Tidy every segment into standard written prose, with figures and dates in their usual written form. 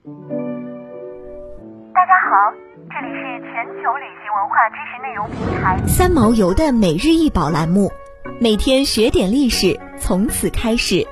大家好，这里是全球旅行文化知识内容平台三毛游的每日一宝栏目，每天学点历史，从此开始。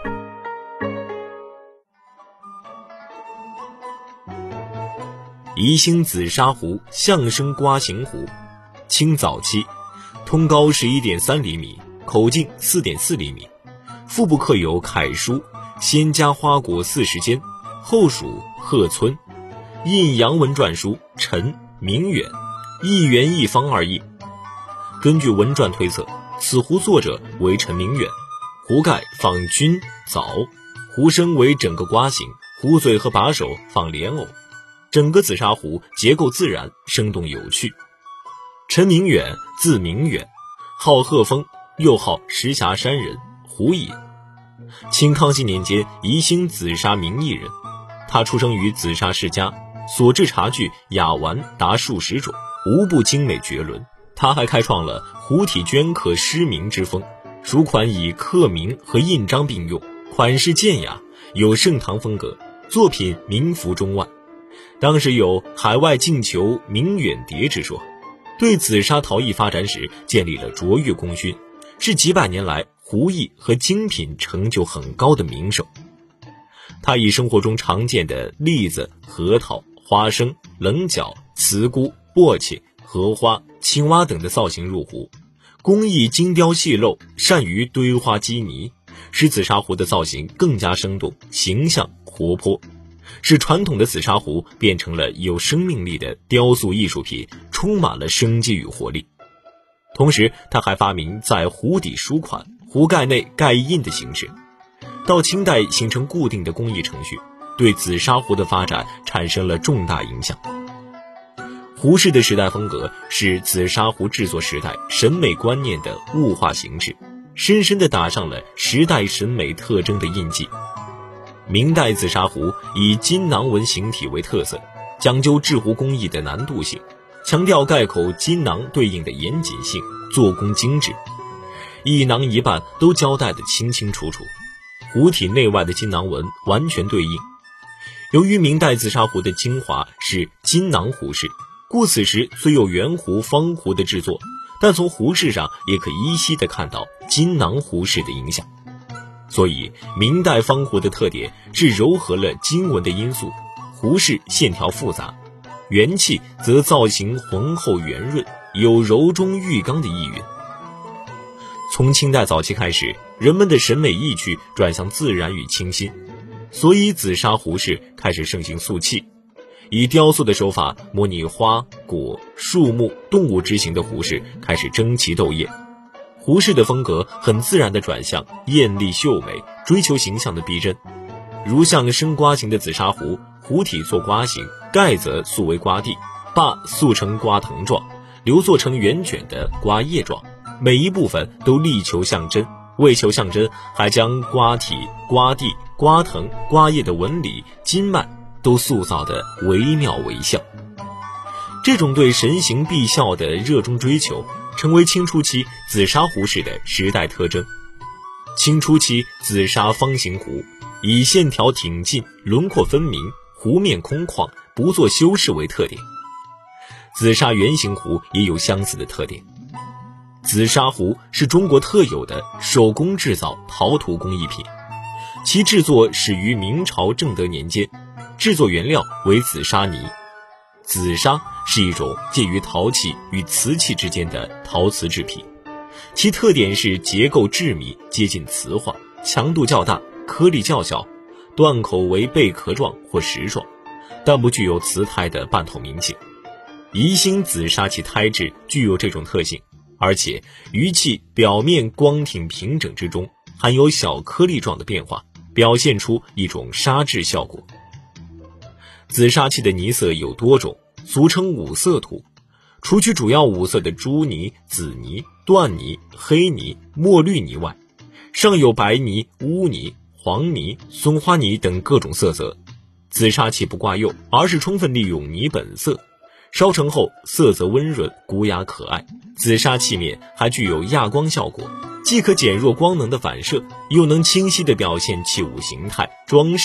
宜兴紫砂壶象声瓜形壶，清早期，通高 11.3 厘米，口径 4.4 厘米，腹部刻有楷书仙家花果40间，后属鹤村，印阳文篆书陈明远，一圆一方二印。根据文篆推测，此壶作者为陈明远。壶盖放菌枣，壶身为整个瓜形，壶嘴和把手放莲藕。整个紫砂壶结构自然，生动有趣。陈明远字明远，号鹤峰，又号石峡山人，湖野。清康熙年间宜兴紫砂名艺人，他出生于紫砂世家，所制茶具雅玩达数十种，无不精美绝伦。他还开创了壶体镌刻诗名之风，书款以刻名和印章并用，款式健雅，有盛唐风格，作品名浮中外。当时有海外进求明远蝶之说，对紫砂陶艺发展史建立了卓越功勋，是几百年来壶艺和精品成就很高的名手。他以生活中常见的栗子、核桃、花生、棱角、茨菇、簸箕、荷花、青蛙等的造型入壶，工艺精雕细镂，善于堆花积泥，使紫砂壶的造型更加生动、形象、活泼，使传统的紫砂壶变成了有生命力的雕塑艺术品，充满了生机与活力。同时他还发明在壶底书款、壶盖内盖印的形式，到清代形成固定的工艺程序，对紫砂壶的发展产生了重大影响。壶式的时代风格是紫砂壶制作时代审美观念的物化形式，深深地打上了时代审美特征的印记。明代紫砂壶以金囊纹形体为特色，讲究制壶工艺的难度性，强调盖口金囊对应的严谨性，做工精致，一囊一半都交代得清清楚楚，壶体内外的金囊纹完全对应。由于明代紫砂壶的精华是金囊壶式，故此时虽有圆壶、方壶的制作，但从壶式上也可依稀地看到金囊壶式的影响。所以明代方壶的特点是糅合了金纹的因素，壶式线条复杂，元气则造型浑厚圆润，有柔中寓刚的意蕴。从清代早期开始，人们的审美意趣转向自然与清新，所以紫砂壶式开始盛行塑器，以雕塑的手法模拟花、果、树木、动物之形的壶式开始争奇斗艳。壶式的风格很自然地转向艳丽秀美，追求形象的逼真。如像生瓜形的紫砂壶，壶体做瓜形，盖则塑为瓜蒂，把塑成瓜藤状，留做成圆卷的瓜叶状，每一部分都力求象真，为求象真，还将瓜体、瓜蒂、瓜藤、瓜叶的纹理、筋脉都塑造得惟妙惟肖。这种对神形毕肖的热衷追求，成为清初期紫砂壶式的时代特征。清初期紫砂方形壶以线条挺进、轮廓分明、壶面空旷、不做修饰为特点。紫砂圆形壶也有相似的特点。紫砂壶是中国特有的手工制造陶土工艺品，其制作始于明朝正德年间，制作原料为紫砂泥。紫砂是一种介于陶器与瓷器之间的陶瓷制品，其特点是结构致密，接近瓷化，强度较大，颗粒较小，断口为贝壳状或石状，但不具有瓷胎的半透明性。宜兴紫砂其胎质具有这种特性，而且余器表面光挺平整之中含有小颗粒状的变化，表现出一种砂质效果。紫砂器的泥色有多种，俗称五色土，除去主要五色的朱泥、紫泥、缎泥、黑泥、墨绿泥外，尚有白泥、乌泥、黄泥、松花泥等各种色泽。紫砂器不挂釉，而是充分利用泥本色，烧成后色泽温润，古雅可爱。紫砂器面还具有亚光效果，既可减弱光能的反射，又能清晰地表现器物形态、装饰，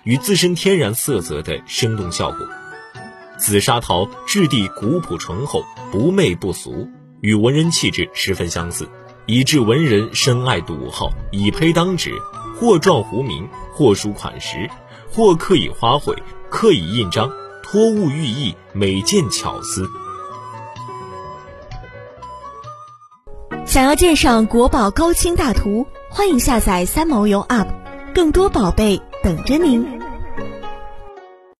与自身天然色泽的生动效果。紫砂陶质地古朴醇厚，不媚不俗，与文人气质十分相似，以致文人深爱笃好，以胚当纸，或状壶名，或书款识，或刻以花卉，刻以印章，托物寓意，美见巧思。 想要鉴赏国宝高清大图，欢迎下载三毛游 App， 更多宝贝等着您。